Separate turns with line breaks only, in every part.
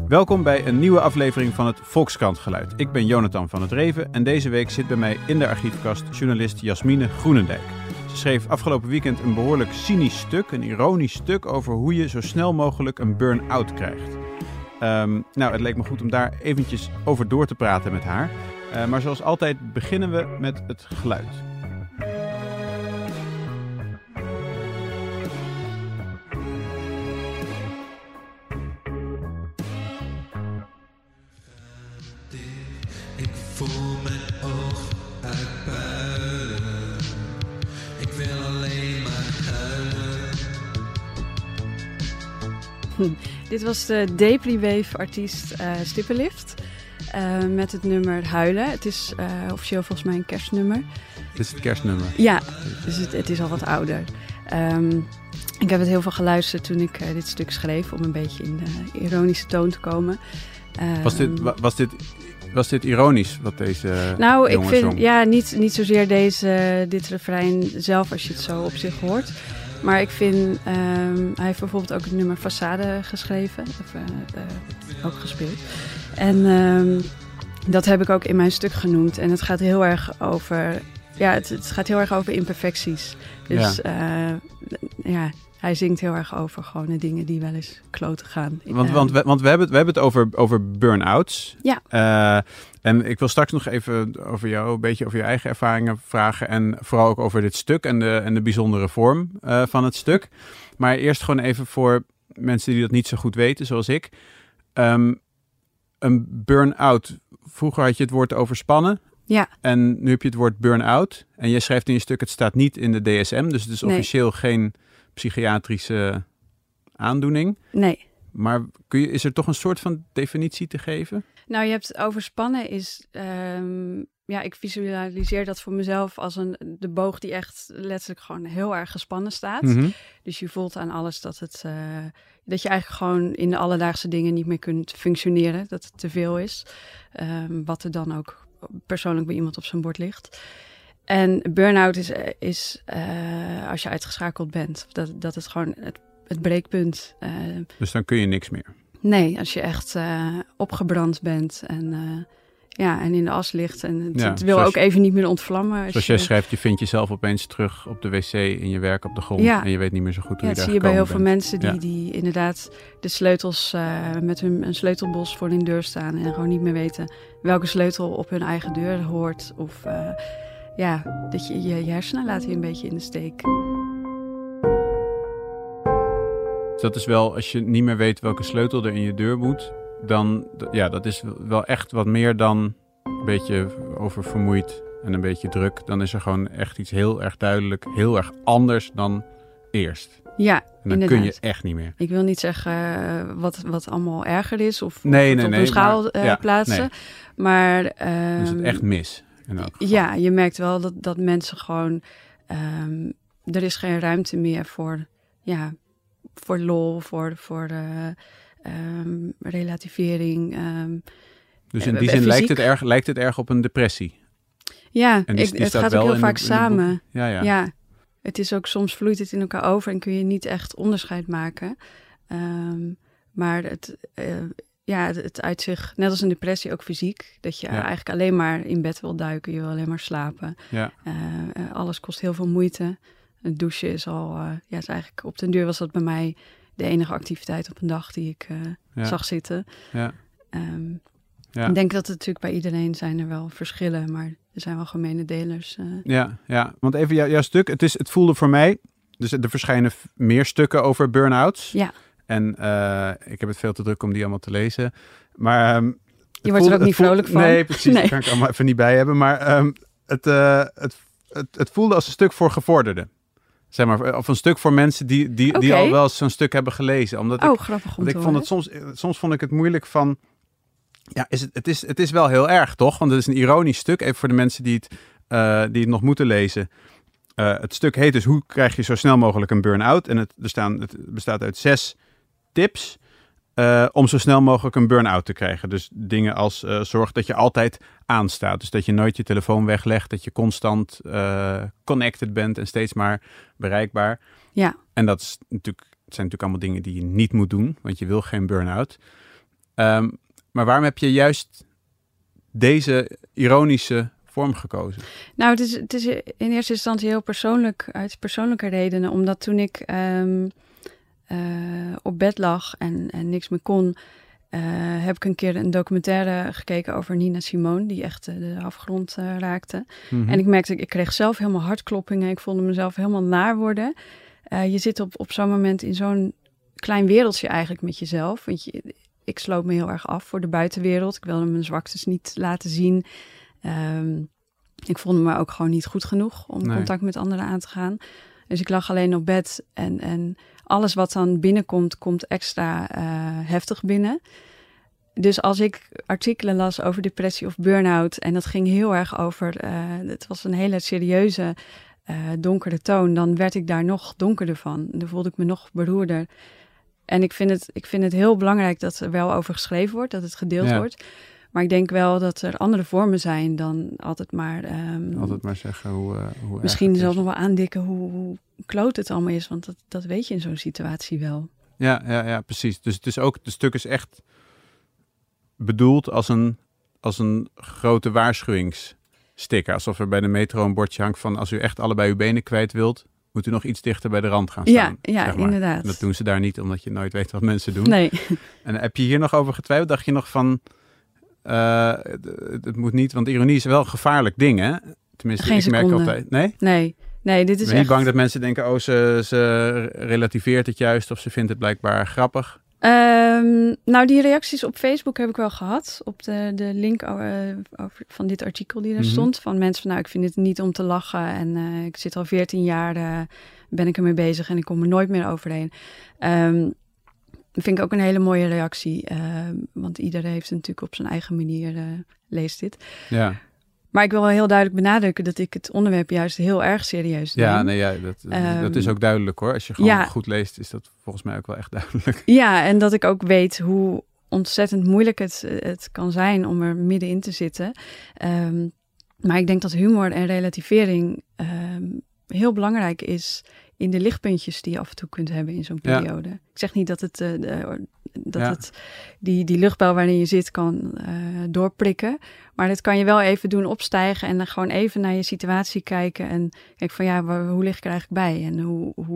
Welkom bij een nieuwe aflevering van het Volkskrant-geluid. Ik ben Jonathan van het Reven en deze week zit bij mij in de archiefkast journalist Jasmine Groenendijk. Ze schreef afgelopen weekend een behoorlijk cynisch stuk, een ironisch stuk over hoe je zo snel mogelijk een burn-out krijgt. Het leek me goed om daar eventjes over door te praten met haar. Maar zoals altijd beginnen we met het geluid.
Ik voel mijn oog uitpuilen. Ik wil alleen maar huilen.
Dit was de Depri-Wave-artiest Stippenlift met het nummer Huilen. Het is officieel volgens mij een kerstnummer.
Dit is het kerstnummer.
Ja, dus het is al wat ouder. Ik heb het heel veel geluisterd toen ik dit stuk schreef om een beetje in de ironische toon te komen.
Was dit ironisch wat deze
ik vind
zong?
niet zozeer dit refrein zelf als je het zo op zich hoort. Maar ik vind, hij heeft bijvoorbeeld ook het nummer Façade geschreven, of ook gespeeld. En dat heb ik ook in mijn stuk genoemd. En het gaat heel erg over, het gaat heel erg over imperfecties. Dus hij zingt heel erg over gewoon de dingen die wel eens kloten gaan.
Want we hebben het over burn-outs.
Ja.
En ik wil straks nog even over jou, een beetje over je eigen ervaringen vragen. En vooral ook over dit stuk en de bijzondere vorm van het stuk. Maar eerst gewoon even voor mensen die dat niet zo goed weten, zoals ik. Een burn-out. Vroeger had je het woord overspannen.
Ja.
En nu heb je het woord burn-out. En jij schrijft in je stuk, het staat niet in de DSM. Dus het is officieel geen psychiatrische aandoening.
Nee.
Maar is er toch een soort van definitie te geven?
Nou, je hebt overspannen is... ik visualiseer dat voor mezelf als de boog die echt letterlijk gewoon heel erg gespannen staat.
Mm-hmm.
Dus je voelt aan alles dat je eigenlijk gewoon in de alledaagse dingen niet meer kunt functioneren. Dat het te veel is. Wat er dan ook persoonlijk bij iemand op zijn bord ligt. En burn-out is als je uitgeschakeld bent. Dat het gewoon het breekpunt.
Dus dan kun je niks meer?
Nee, als je echt opgebrand bent en in de as ligt. En het wil ook even niet meer ontvlammen.
Zoals jij schrijft, je vindt jezelf opeens terug op de wc in je werk op de grond. Ja. En je weet niet meer zo goed hoe je daar
gekomen bent. Dat zie je bij heel
veel
mensen die inderdaad de sleutels met een sleutelbos voor hun deur staan. En gewoon niet meer weten welke sleutel op hun eigen deur hoort. Of dat je hersenen laat je een beetje in de steek.
Dat is wel, als je niet meer weet welke sleutel er in je deur moet, dan, dat is wel echt wat meer dan een beetje oververmoeid en een beetje druk. Dan is er gewoon echt iets heel erg duidelijk, heel erg anders dan eerst.
Ja,
en dan
inderdaad.
Kun je echt niet meer.
Ik wil niet zeggen wat allemaal erger is of op
een
schaal plaatsen.
Nee.
Maar
is het echt mis?
Ja, je merkt wel dat mensen gewoon, er is geen ruimte meer voor lol, voor relativering.
Dus in die zin lijkt het erg op een depressie.
Ja,
en
het gaat ook heel vaak samen.
Ja.
Het is ook, soms vloeit het in elkaar over en kun je niet echt onderscheid maken. Maar het uit zich, net als een depressie, ook fysiek. Dat je eigenlijk alleen maar in bed wil duiken, je wil alleen maar slapen.
Ja.
Alles kost heel veel moeite. Het douchen is al, is eigenlijk op den duur was dat bij mij de enige activiteit op een dag die ik zag zitten.
Ja.
Ik denk dat het natuurlijk bij iedereen zijn er wel verschillen, maar er zijn wel gemene delers.
Want even jouw stuk, het voelde voor mij, dus er verschijnen meer stukken over burn-outs.
Ja.
En ik heb het veel te druk om die allemaal te lezen. Maar
je wordt er ook niet vrolijk van.
Nee, precies. Daar kan ik allemaal even niet bij hebben. Maar het voelde als een stuk voor gevorderden. Zeg maar, of een stuk voor mensen die al wel eens zo'n stuk hebben gelezen. Omdat
grappig om te
vond het soms vond ik het moeilijk van. Ja, het is wel heel erg, toch? Want het is een ironisch stuk. Even voor de mensen die het nog moeten lezen. Het stuk heet dus: hoe krijg je zo snel mogelijk een burn-out? En het bestaat uit 6 tips om zo snel mogelijk een burn-out te krijgen. Dus dingen als zorg dat je altijd aanstaat. Dus dat je nooit je telefoon weglegt. Dat je constant connected bent en steeds maar bereikbaar.
Ja.
En het zijn natuurlijk allemaal dingen die je niet moet doen. Want je wil geen burn-out. Maar waarom heb je juist deze ironische vorm gekozen?
Nou, het is in eerste instantie heel persoonlijk, uit persoonlijke redenen. Omdat toen ik op bed lag en niks meer kon, heb ik een keer een documentaire gekeken over Nina Simone, die echt de afgrond raakte.
Mm-hmm.
En ik merkte, ik kreeg zelf helemaal hartkloppingen. Ik voelde mezelf helemaal naar worden. Je zit op zo'n moment in zo'n klein wereldje eigenlijk met jezelf. Want ik sloot me heel erg af voor de buitenwereld. Ik wilde mijn zwaktes niet laten zien. Ik voelde me ook gewoon niet goed genoeg om contact met anderen aan te gaan. Dus ik lag alleen op bed en alles wat dan binnenkomt, komt extra heftig binnen. Dus als ik artikelen las over depressie of burn-out, en dat ging heel erg over, het was een hele serieuze, donkere toon, dan werd ik daar nog donkerder van. Dan voelde ik me nog beroerder. En ik vind het heel belangrijk dat er wel over geschreven wordt, dat het gedeeld wordt. Maar ik denk wel dat er andere vormen zijn dan altijd maar...
altijd maar zeggen hoe
misschien zelfs nog wel aandikken hoe kloot het allemaal is. Want dat weet je in zo'n situatie wel.
Ja, precies. Dus het is ook, het stuk is echt bedoeld als een grote waarschuwingssticker. Alsof er bij de metro een bordje hangt van, als u echt allebei uw benen kwijt wilt, moet u nog iets dichter bij de rand gaan staan.
Ja, zeg maar. Inderdaad.
En dat doen ze daar niet, omdat je nooit weet wat mensen doen.
Nee.
En heb je hier nog over getwijfeld? Dacht je nog van, het moet niet, want ironie is wel een gevaarlijk ding, hè? Tenminste,
Geen
ik merk
seconde.
altijd... Nee?
Nee, dit is
Ik ben niet bang dat mensen denken, ze relativeert het juist, of ze vindt het blijkbaar grappig.
Nou, die reacties op Facebook heb ik wel gehad. Op de link over, van dit artikel die er stond. Van mensen van, ik vind het niet om te lachen. En ik zit al 14 jaar, ben ik ermee bezig en ik kom er nooit meer overheen. Dat vind ik ook een hele mooie reactie. Want iedereen heeft het natuurlijk op zijn eigen manier leest dit.
Ja.
Maar ik wil wel heel duidelijk benadrukken dat ik het onderwerp juist heel erg serieus neem.
Dat is ook duidelijk hoor. Als je gewoon goed leest, is dat volgens mij ook wel echt duidelijk.
Ja, en dat ik ook weet hoe ontzettend moeilijk het kan zijn om er middenin te zitten. Maar ik denk dat humor en relativering heel belangrijk is in de lichtpuntjes die je af en toe kunt hebben in zo'n periode. Ik zeg niet dat het die luchtbel waarin je zit kan doorprikken. Maar dat kan je wel even doen opstijgen en dan gewoon even naar je situatie kijken. En kijk van hoe lig ik er eigenlijk bij? En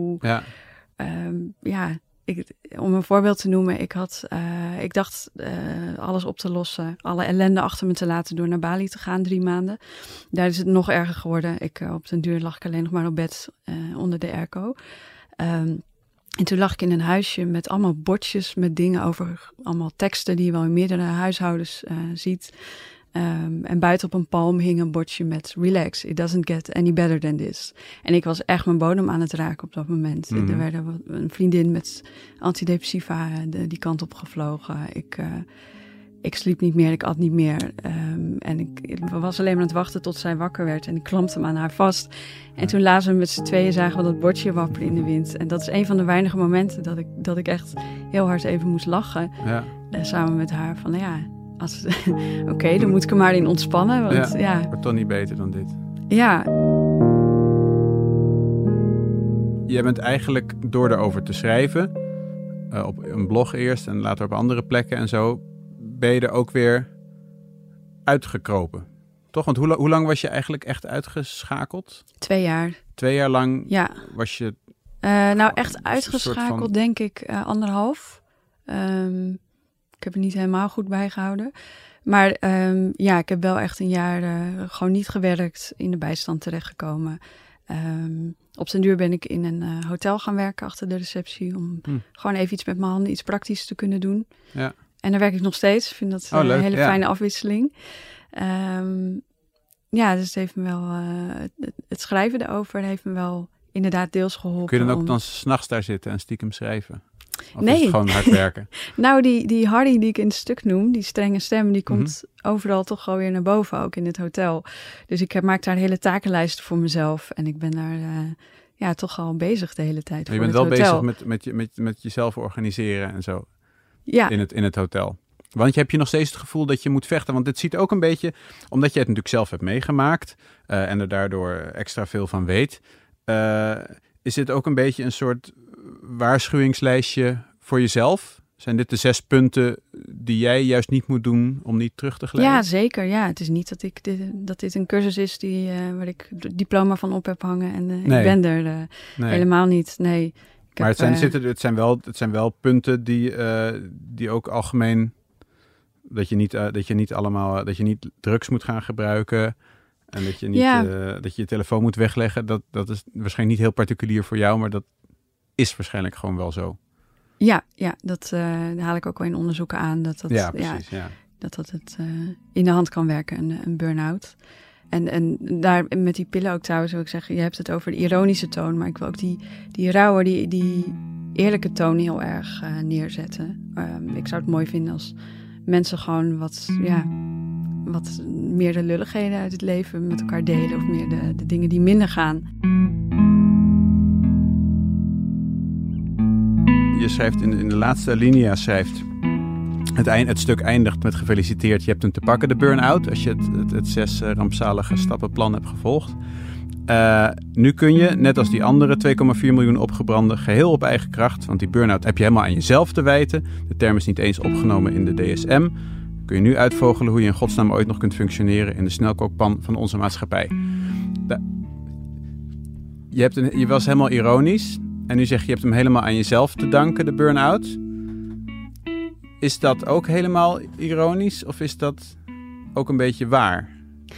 om een voorbeeld te noemen, ik dacht alles op te lossen, alle ellende achter me te laten door naar Bali te gaan 3 maanden. Daar is het nog erger geworden. Op den duur lag ik alleen nog maar op bed onder de airco. En toen lag ik in een huisje met allemaal bordjes met dingen over, allemaal teksten die je wel in meerdere huishoudens ziet. En buiten op een palm hing een bordje met relax, it doesn't get any better than this. En ik was echt mijn bodem aan het raken op dat moment. Er werden een vriendin met antidepressiva die kant op gevlogen. Ik sliep niet meer, ik at niet meer. En ik was alleen maar aan het wachten tot zij wakker werd. En ik klampte hem aan haar vast. En toen lazen we met z'n tweeën, zagen we dat bordje wapperen in de wind. En dat is een van de weinige momenten dat ik echt heel hard even moest lachen. Ja. Samen met haar van, oké, dan moet ik er maar in ontspannen. Want,
het wordt toch niet beter dan dit.
Ja.
Jij bent eigenlijk door erover te schrijven, op een blog eerst en later op andere plekken en zo, ben je er ook weer uitgekropen. Toch? Want hoe lang was je eigenlijk echt uitgeschakeld?
2 jaar.
2 jaar lang was je...
echt uitgeschakeld van... denk ik 1,5. Ik heb het niet helemaal goed bijgehouden. Maar ik heb wel echt een jaar gewoon niet gewerkt, in de bijstand terechtgekomen. Op den duur ben ik in een hotel gaan werken achter de receptie, om gewoon even iets met mijn handen, iets praktisch te kunnen doen. Ja. En daar werk ik nog steeds. Ik vind dat een hele fijne afwisseling. Dus het heeft me wel... het schrijven erover heeft me wel inderdaad deels geholpen.
Kun je dan ook dan 's nachts daar zitten en stiekem schrijven? Of
nee.
Is het gewoon hard werken?
Nou, die Harry die ik in het stuk noem, die strenge stem, die komt overal toch gewoon weer naar boven, ook in het hotel. Dus ik maak daar hele takenlijsten voor mezelf. En ik ben daar toch al bezig de hele tijd.
Maar je bent wel bezig met jezelf organiseren en zo. Ja. In het hotel. Want heb je nog steeds het gevoel dat je moet vechten? Want dit ziet ook een beetje, omdat je het natuurlijk zelf hebt meegemaakt en er daardoor extra veel van weet, is dit ook een beetje een soort waarschuwingslijstje voor jezelf? Zijn dit de 6 punten die jij juist niet moet doen om niet terug te glijden?
Ja, zeker. Ja, het is niet dat dit een cursus is waar ik diploma van op heb hangen en ik ben er
Nee.
helemaal niet. Nee.
Maar het zijn wel punten die ook algemeen dat je niet drugs moet gaan gebruiken en dat je niet dat je telefoon moet wegleggen. Dat is waarschijnlijk niet heel particulier voor jou, maar dat is waarschijnlijk gewoon wel zo.
Ja, dat daar haal ik ook wel in onderzoeken aan dat
precies, ja.
dat het in de hand kan werken, een burn-out. En daar met die pillen ook trouwens, wil ik zeggen, je hebt het over de ironische toon, maar ik wil ook die rauwe, die eerlijke toon heel erg neerzetten. Ik zou het mooi vinden als mensen gewoon wat meer de lulligheden uit het leven met elkaar delen of meer de dingen die minder gaan.
Je schrijft in de laatste alinea het stuk eindigt met gefeliciteerd. Je hebt hem te pakken, de burn-out, als je het 6 rampzalige stappenplan hebt gevolgd. Nu kun je, net als die andere 2,4 miljoen opgebranden, geheel op eigen kracht, want die burn-out heb je helemaal aan jezelf te wijten. De term is niet eens opgenomen in de DSM. Kun je nu uitvogelen hoe je in godsnaam ooit nog kunt functioneren in de snelkookpan van onze maatschappij. Je was helemaal ironisch en nu zeg je hebt hem helemaal aan jezelf te danken, de burn-out. Is dat ook helemaal ironisch of is dat ook een beetje waar?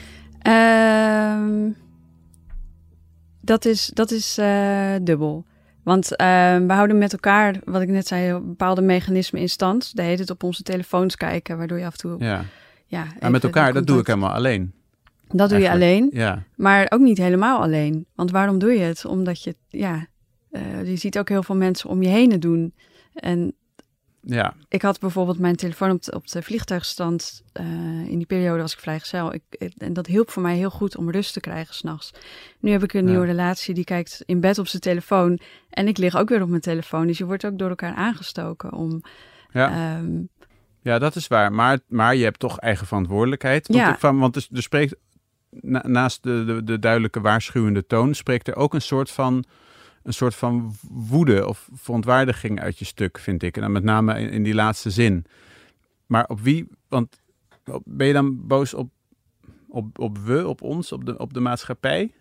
Dat is dubbel. Want we houden met elkaar, wat ik net zei, bepaalde mechanismen in stand. De heet het op onze telefoons kijken, waardoor je af en toe... Ja,
maar met elkaar, dat doe ik helemaal alleen.
Dat doe je alleen,
ja.
Maar ook niet helemaal alleen. Want waarom doe je het? Omdat je, je ziet ook heel veel mensen om je heen het doen. En
ja.
Ik had bijvoorbeeld mijn telefoon op de vliegtuigstand. In die periode was ik vrijgezel. En dat hielp voor mij heel goed om rust te krijgen 's nachts. Nu heb ik een nieuwe relatie, die kijkt in bed op zijn telefoon. En ik lig ook weer op mijn telefoon. Dus je wordt ook door elkaar aangestoken om...
Ja, dat is waar. Maar je hebt toch eigen verantwoordelijkheid. Want er spreekt, naast de duidelijke waarschuwende toon, spreekt er ook een soort van woede of verontwaardiging uit je stuk, vind ik. En dan met name in die laatste zin. Maar op wie? Want ben je dan boos op ons, op de maatschappij?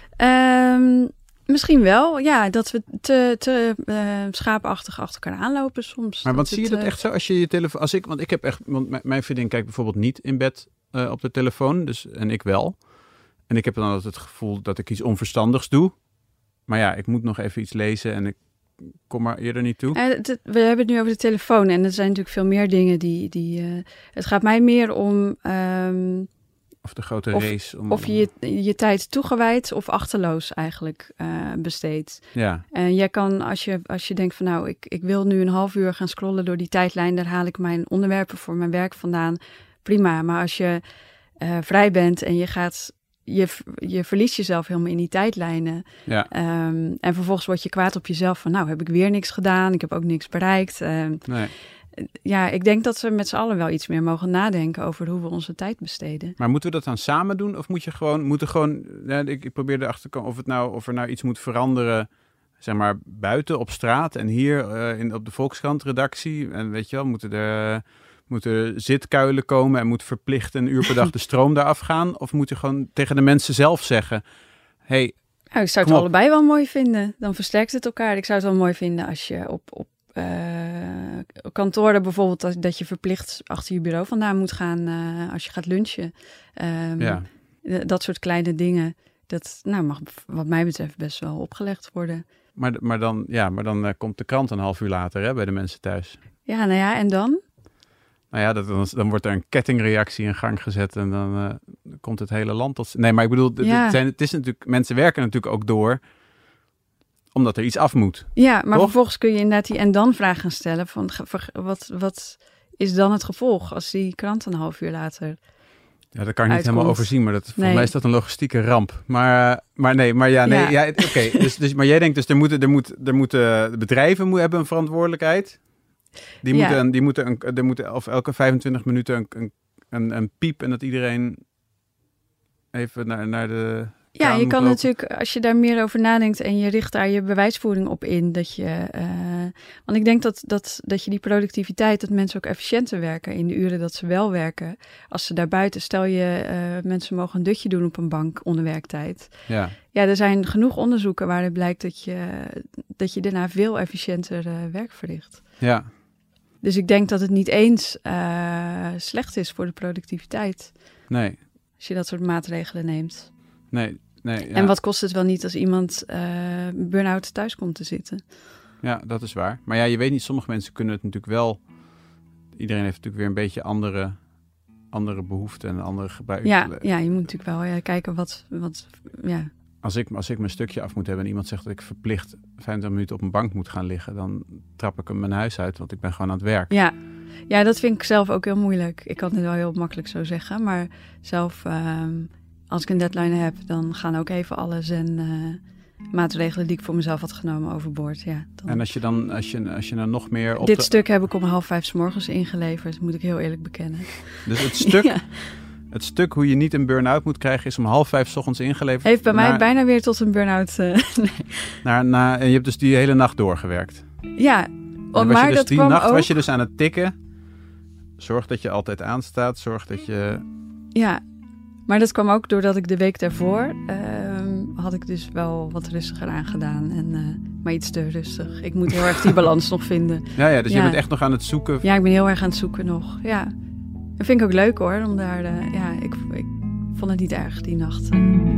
Misschien wel, ja. Dat we te schaapachtig achter elkaar aanlopen soms.
Maar zie je dat echt zo als je je telefoon... Want ik heb echt... Want mijn vriendin kijkt bijvoorbeeld niet in bed op de telefoon. En ik wel. En ik heb dan altijd het gevoel dat ik iets onverstandigs doe. Maar ja, ik moet nog even iets lezen en ik kom er eerder niet toe.
We hebben het nu over de telefoon en er zijn natuurlijk veel meer dingen die het gaat mij meer om...
of de grote race.
Of je tijd toegewijd of achterloos eigenlijk besteedt.
Ja.
En jij kan, als je denkt van nou, ik wil nu een half uur gaan scrollen door die tijdlijn, daar haal ik mijn onderwerpen voor mijn werk vandaan. Prima, maar als je vrij bent en je verliest jezelf helemaal in die tijdlijnen.
Ja.
En vervolgens word je kwaad op jezelf van nou, heb ik weer niks gedaan, ik heb ook niks bereikt.
Nee.
Ja, ik denk dat we met z'n allen wel iets meer mogen nadenken over hoe we onze tijd besteden.
Maar moeten we dat dan samen doen? Of ik probeer erachter te komen of er nou iets moet veranderen, zeg maar, buiten op straat en hier op de Volkskrant-redactie. En weet je wel, moeten zitkuilen komen en moet verplicht een uur per dag de stroom daar afgaan? Of moet je gewoon tegen de mensen zelf zeggen, hey,
ik zou het allebei wel mooi vinden. Dan versterkt het elkaar. Ik zou het wel mooi vinden als je op kantoren bijvoorbeeld, dat je verplicht achter je bureau vandaan moet gaan als je gaat lunchen. Dat soort kleine dingen. Dat mag wat mij betreft best wel opgelegd worden.
Maar dan komt de krant een half uur later bij de mensen thuis.
Ja, nou ja, en dan?
Nou ja, dan wordt er een kettingreactie in gang gezet en dan komt het hele land tot... Nee, maar ik bedoel, het is natuurlijk, mensen werken natuurlijk ook door omdat er iets af moet.
Ja, maar
toch?
Vervolgens kun je inderdaad die en dan vraag gaan stellen van wat is dan het gevolg als die krant een half uur later
Ja, dat kan ik niet helemaal overzien, maar volgens mij is dat een logistieke ramp. Maar Dus, maar jij denkt dus, er moeten bedrijven hebben een verantwoordelijkheid. Die moeten of elke 25 minuten een piep en dat iedereen even naar de
Ja, je
moet
kan
lopen.
natuurlijk, als je daar meer over nadenkt en je richt daar je bewijsvoering op in, dat je, want ik denk dat je die productiviteit, dat mensen ook efficiënter werken in de uren dat ze wel werken. Als ze daarbuiten, stel je, mensen mogen een dutje doen op een bank onder werktijd.
Ja,
Ja, er zijn genoeg onderzoeken waaruit blijkt dat je daarna veel efficiënter werk verricht.
ja,
Dus ik denk dat het niet eens slecht is voor de productiviteit
nee,
als je dat soort maatregelen neemt.
nee. Ja.
En wat kost het wel niet als iemand burn-out thuis komt te zitten?
Ja, dat is waar. Maar ja, je weet niet, sommige mensen kunnen het natuurlijk wel. Iedereen heeft natuurlijk weer een beetje andere behoeften en andere gebruik.
Ja, je moet natuurlijk wel kijken wat ja.
Als ik mijn stukje af moet hebben en iemand zegt dat ik verplicht 25 minuten op een bank moet gaan liggen, dan trap ik hem mijn huis uit, want ik ben gewoon aan het werk.
Ja, dat vind ik zelf ook heel moeilijk. Ik kan het wel heel makkelijk zo zeggen, maar zelf, als ik een deadline heb, dan gaan ook even alles en maatregelen die ik voor mezelf had genomen overboord. Ja, dan...
En als je dan nog meer op
Dit stuk heb ik om 4:30 's morgens ingeleverd, moet ik heel eerlijk bekennen.
Dus het stuk,
Ja.
het stuk hoe je niet een burn-out moet krijgen is om 4:30 's ochtends ingeleverd.
Heeft bij mij bijna weer tot een burn-out.
En je hebt dus die hele nacht doorgewerkt.
Ja,
En was
maar
je dus
dat
die
kwam
nacht
ook...
was je dus aan het tikken. Zorg dat je altijd aanstaat. Zorg dat je...
Ja, maar dat kwam ook doordat ik de week daarvoor had ik dus wel wat rustiger aangedaan. Maar iets te rustig. Ik moet heel erg die balans nog vinden.
Ja, dus je
Ja.
bent echt nog aan het zoeken.
Ja, ik ben heel erg aan het zoeken nog. Ja, dat vind ik ook leuk hoor. Om daar, ik vond het niet erg die nacht.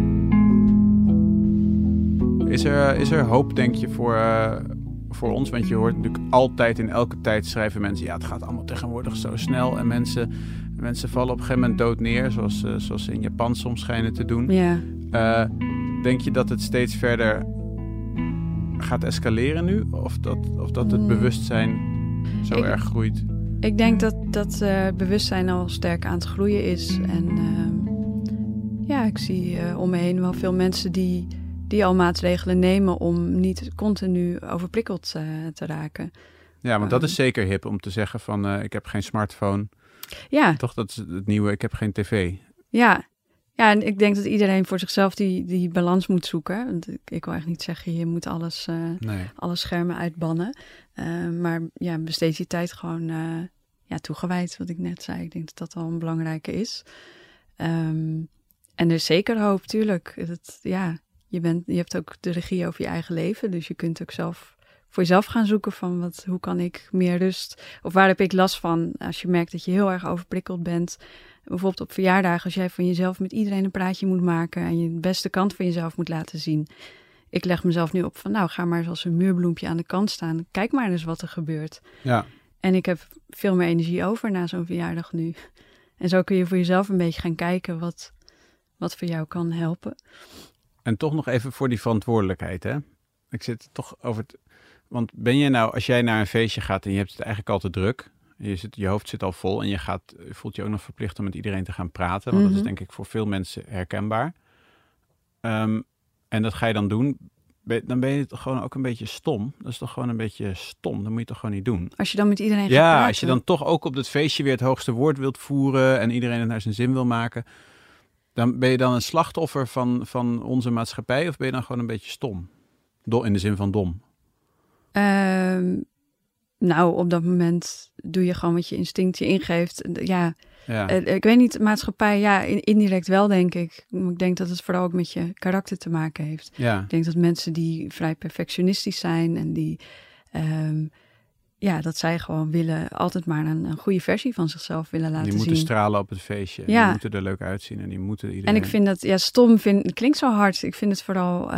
Is er hoop, denk je, voor ons? Want je hoort natuurlijk altijd in elke tijd schrijven mensen... ja, het gaat allemaal tegenwoordig zo snel. En mensen vallen op een gegeven moment dood neer... zoals ze in Japan soms schijnen te doen.
Ja.
Denk je dat het steeds verder gaat escaleren nu? Of dat het bewustzijn zo erg groeit?
Ik denk dat bewustzijn al sterk aan het groeien is. En ik zie om me heen wel veel mensen die al maatregelen nemen om niet continu overprikkeld te raken.
Ja, want dat is zeker hip om te zeggen van ik heb geen smartphone.
Ja.
Toch, dat is het nieuwe, ik heb geen tv.
Ja, en ik denk dat iedereen voor zichzelf die balans moet zoeken. Want ik wil echt niet zeggen, je moet alle schermen uitbannen. Maar ja, besteed je tijd gewoon toegewijd, wat ik net zei. Ik denk dat dat al een belangrijke is. En er is zeker hoop, tuurlijk. Je hebt ook de regie over je eigen leven. Dus je kunt ook zelf voor jezelf gaan zoeken van hoe kan ik meer rust... Of waar heb ik last van als je merkt dat je heel erg overprikkeld bent... Bijvoorbeeld op verjaardagen, als jij van jezelf met iedereen een praatje moet maken... en je de beste kant van jezelf moet laten zien. Ik leg mezelf nu op van, ga maar eens als een muurbloempje aan de kant staan. Kijk maar eens wat er gebeurt.
Ja.
En ik heb veel meer energie over na zo'n verjaardag nu. En zo kun je voor jezelf een beetje gaan kijken wat voor jou kan helpen.
En toch nog even voor die verantwoordelijkheid, hè? Ik zit er toch over... Want ben je nou, als jij naar een feestje gaat en je hebt het eigenlijk al te druk... Je hoofd zit al vol en je voelt je ook nog verplicht om met iedereen te gaan praten. Want dat is denk ik voor veel mensen herkenbaar. En dat ga je dan doen. Dan ben je toch gewoon ook een beetje stom. Dat is toch gewoon een beetje stom. Dat moet je toch gewoon niet doen.
Als je dan met iedereen gaat praten.
Ja, als je dan toch ook op dat feestje weer het hoogste woord wilt voeren... en iedereen het naar zijn zin wil maken... dan ben je dan een slachtoffer van onze maatschappij... of ben je dan gewoon een beetje stom? In de zin van dom.
Nou, op dat moment doe je gewoon wat je instinct je ingeeft. Ja. Ik weet niet, maatschappij, indirect wel, denk ik. Ik denk dat het vooral ook met je karakter te maken heeft.
Ja.
Ik denk dat mensen die vrij perfectionistisch zijn en die... dat zij gewoon altijd maar een goede versie van zichzelf willen laten zien.
Die moeten stralen op het feestje.
Ja.
Die moeten er leuk uitzien en die moeten iedereen...
En ik vind dat, stom het klinkt zo hard. Ik vind het vooral,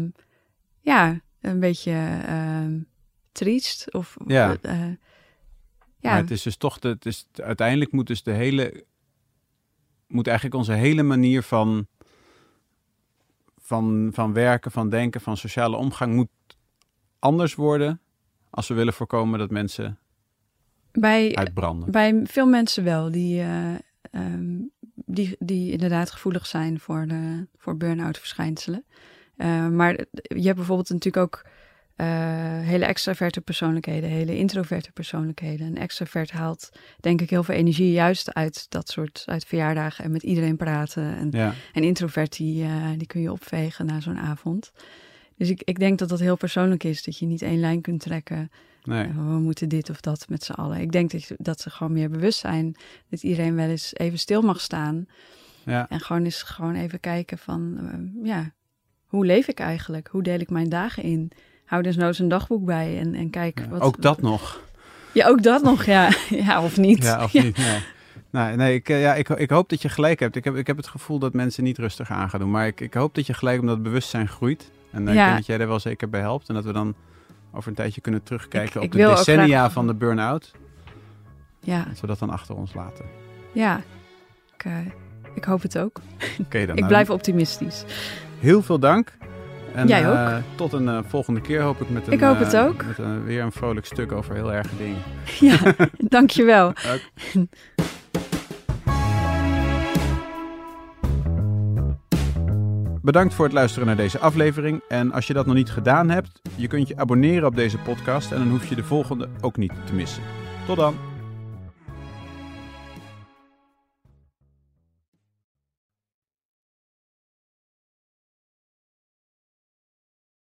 een beetje... triest.
Maar het is dus toch, uiteindelijk moet dus moet eigenlijk onze hele manier van werken, van denken, van sociale omgang moet anders worden als we willen voorkomen dat mensen uitbranden.
Bij veel mensen wel, die inderdaad gevoelig zijn voor burn-out verschijnselen. Maar je hebt bijvoorbeeld natuurlijk ook hele extraverte persoonlijkheden, hele introverte persoonlijkheden. Een extravert haalt denk ik heel veel energie juist uit uit verjaardagen en met iedereen praten. En een introvert die kun je opvegen na zo'n avond. Dus ik denk dat dat heel persoonlijk is, dat je niet één lijn kunt trekken.
Nee.
We moeten dit of dat met z'n allen. Ik denk dat ze gewoon meer bewust zijn, dat iedereen wel eens even stil mag staan.
Ja.
En gewoon even kijken van, hoe leef ik eigenlijk? Hoe deel ik mijn dagen in? Hou desnoods een dagboek bij en kijk.
Ja, ook dat nog.
Ja, ook dat nog, ja. Ja, of niet.
Ja, of niet, nee. Ik hoop dat je gelijk hebt. Ik heb het gevoel dat mensen niet rustig aan gaan doen. Maar ik hoop dat je gelijk, omdat het bewustzijn groeit. En ik denk dat jij er wel zeker bij helpt. En dat we dan over een tijdje kunnen terugkijken op de decennia van de burn-out.
Ja.
Dat we dat dan achter ons laten.
Ja, ik hoop het ook.
Okay, dan
ik blijf optimistisch.
Heel veel dank. En
jij ook.
Tot een volgende keer hoop ik met
ik hoop het ook.
Met weer een vrolijk stuk over heel erge dingen.
Ja, dankjewel.
Bedankt voor het luisteren naar deze aflevering. En als je dat nog niet gedaan hebt, je kunt je abonneren op deze podcast en dan hoef je de volgende ook niet te missen. Tot dan!